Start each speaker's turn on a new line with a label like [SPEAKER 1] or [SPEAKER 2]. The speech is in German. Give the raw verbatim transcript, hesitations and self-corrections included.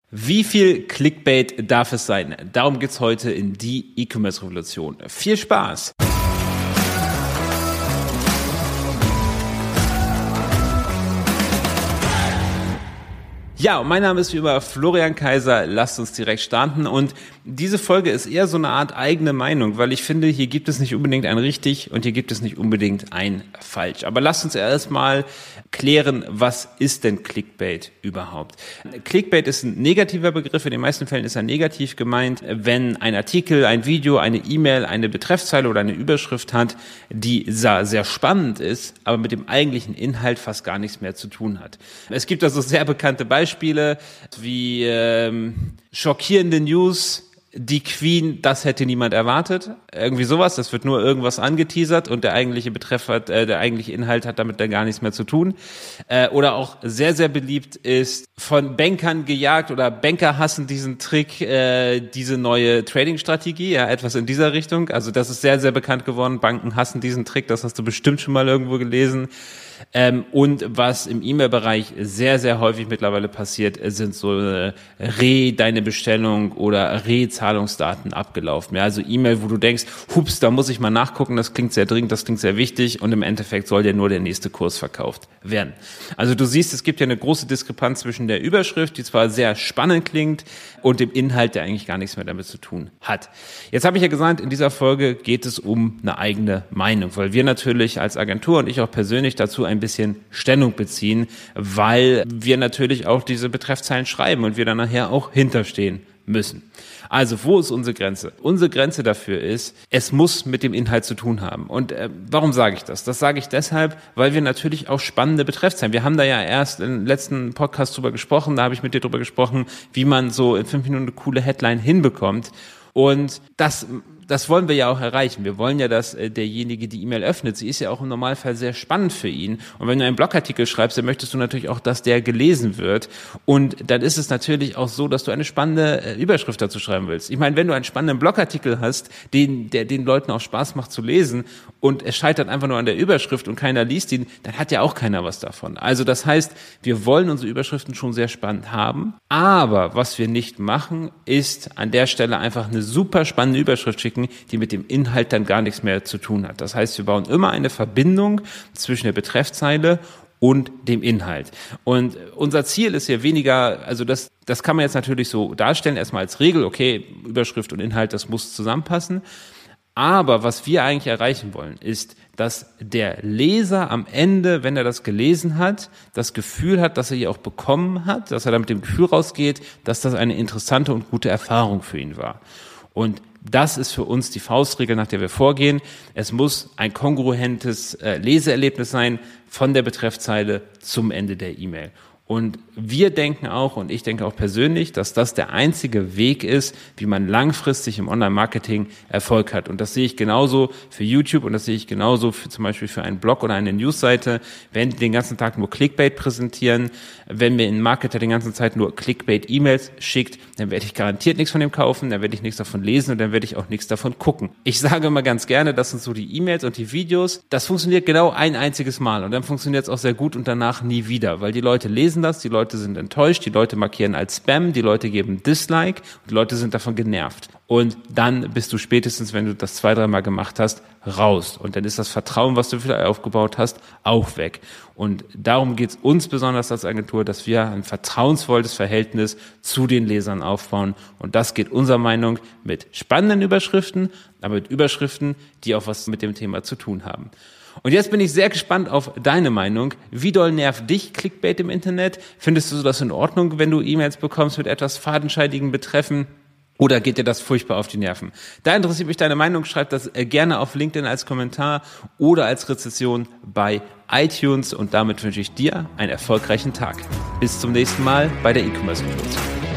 [SPEAKER 1] Wie viel Clickbait darf es sein? Darum geht's heute in die E-Commerce-Revolution. Viel Spaß! Ja, mein Name ist wie immer Florian Kaiser. Lasst uns direkt starten. Und diese Folge ist eher so eine Art eigene Meinung, weil ich finde, hier gibt es nicht unbedingt ein richtig und hier gibt es nicht unbedingt ein falsch. Aber lasst uns erstmal klären, was ist denn Clickbait überhaupt? Clickbait ist ein negativer Begriff. In den meisten Fällen ist er negativ gemeint, wenn ein Artikel, ein Video, eine E-Mail, eine Betreffzeile oder eine Überschrift hat, die sehr, sehr spannend ist, aber mit dem eigentlichen Inhalt fast gar nichts mehr zu tun hat. Es gibt also sehr bekannte Beispiele. Beispiele wie ähm, schockierende News, die Queen, das hätte niemand erwartet. Irgendwie sowas, das wird nur irgendwas angeteasert und der eigentliche Betreff hat, äh, der eigentliche Inhalt hat damit dann gar nichts mehr zu tun. Äh, oder auch sehr, sehr beliebt ist, von Bankern gejagt oder Banker hassen diesen Trick, äh, diese neue Trading-Strategie, ja, etwas in dieser Richtung. Also das ist sehr, sehr bekannt geworden. Banken hassen diesen Trick, das hast du bestimmt schon mal irgendwo gelesen. Ähm, und was im E-Mail-Bereich sehr, sehr häufig mittlerweile passiert, sind so äh, Re, deine Bestellung oder Re-Zahlungsdaten abgelaufen. Ja, also E-Mail, wo du denkst, hups, da muss ich mal nachgucken, das klingt sehr dringend, das klingt sehr wichtig und im Endeffekt soll dir nur der nächste Kurs verkauft werden. Also du siehst, es gibt ja eine große Diskrepanz zwischen der Überschrift, die zwar sehr spannend klingt, und dem Inhalt, der eigentlich gar nichts mehr damit zu tun hat. Jetzt habe ich ja gesagt, in dieser Folge geht es um eine eigene Meinung, weil wir natürlich als Agentur und ich auch persönlich dazu ein bisschen Stellung beziehen, weil wir natürlich auch diese Betreffzeilen schreiben und wir dann nachher auch hinterstehen müssen. Also, wo ist unsere Grenze? Unsere Grenze dafür ist, es muss mit dem Inhalt zu tun haben. Und äh, warum sage ich das? Das sage ich deshalb, weil wir natürlich auch spannende Betreffzeilen. Wir haben da ja erst im letzten Podcast drüber gesprochen, da habe ich mit dir drüber gesprochen, wie man so in fünf Minuten eine coole Headline hinbekommt. Und das Das wollen wir ja auch erreichen. Wir wollen ja, dass äh, derjenige die E-Mail öffnet. Sie ist ja auch im Normalfall sehr spannend für ihn. Und wenn du einen Blogartikel schreibst, dann möchtest du natürlich auch, dass der gelesen wird. Und dann ist es natürlich auch so, dass du eine spannende äh, Überschrift dazu schreiben willst. Ich meine, wenn du einen spannenden Blogartikel hast, den der den Leuten auch Spaß macht zu lesen und es scheitert einfach nur an der Überschrift und keiner liest ihn, dann hat ja auch keiner was davon. Also das heißt, wir wollen unsere Überschriften schon sehr spannend haben. Aber was wir nicht machen, ist an der Stelle einfach eine super spannende Überschrift schicken, die mit dem Inhalt dann gar nichts mehr zu tun hat. Das heißt, wir bauen immer eine Verbindung zwischen der Betreffzeile und dem Inhalt. Und unser Ziel ist ja weniger, also das, das kann man jetzt natürlich so darstellen, erstmal als Regel, okay, Überschrift und Inhalt, das muss zusammenpassen. Aber was wir eigentlich erreichen wollen, ist, dass der Leser am Ende, wenn er das gelesen hat, das Gefühl hat, dass er hier auch bekommen hat, dass er dann mit dem Gefühl rausgeht, dass das eine interessante und gute Erfahrung für ihn war. Und das ist für uns die Faustregel, nach der wir vorgehen. Es muss ein kongruentes äh, Leseerlebnis sein von der Betreffzeile zum Ende der E-Mail. Und wir denken auch, und ich denke auch persönlich, dass das der einzige Weg ist, wie man langfristig im Online-Marketing Erfolg hat. Und das sehe ich genauso für YouTube und das sehe ich genauso für zum Beispiel für einen Blog oder eine Newsseite. Wenn die den ganzen Tag nur Clickbait präsentieren, wenn mir ein Marketer den ganzen Zeit nur Clickbait-E-Mails schickt, dann werde ich garantiert nichts von dem kaufen, dann werde ich nichts davon lesen und dann werde ich auch nichts davon gucken. Ich sage immer ganz gerne, das sind so die E-Mails und die Videos, das funktioniert genau ein einziges Mal und dann funktioniert es auch sehr gut und danach nie wieder, weil die Leute lesen das, die Leute sind enttäuscht, die Leute markieren als Spam, die Leute geben Dislike und die Leute sind davon genervt. Und dann bist du spätestens, wenn du das zwei, dreimal gemacht hast, raus. Und dann ist das Vertrauen, was du vielleicht aufgebaut hast, auch weg. Und darum geht es uns besonders als Agentur, dass wir ein vertrauensvolles Verhältnis zu den Lesern aufbauen. Und das geht unserer Meinung mit spannenden Überschriften, aber mit Überschriften, die auch was mit dem Thema zu tun haben. Und jetzt bin ich sehr gespannt auf deine Meinung. Wie doll nervt dich Clickbait im Internet? Findest du das in Ordnung, wenn du E-Mails bekommst mit etwas fadenscheidigen Betreffen? Oder geht dir das furchtbar auf die Nerven? Da interessiert mich deine Meinung. Schreib das gerne auf LinkedIn als Kommentar oder als Rezension bei iTunes. Und damit wünsche ich dir einen erfolgreichen Tag. Bis zum nächsten Mal bei der E-Commerce-Revolution.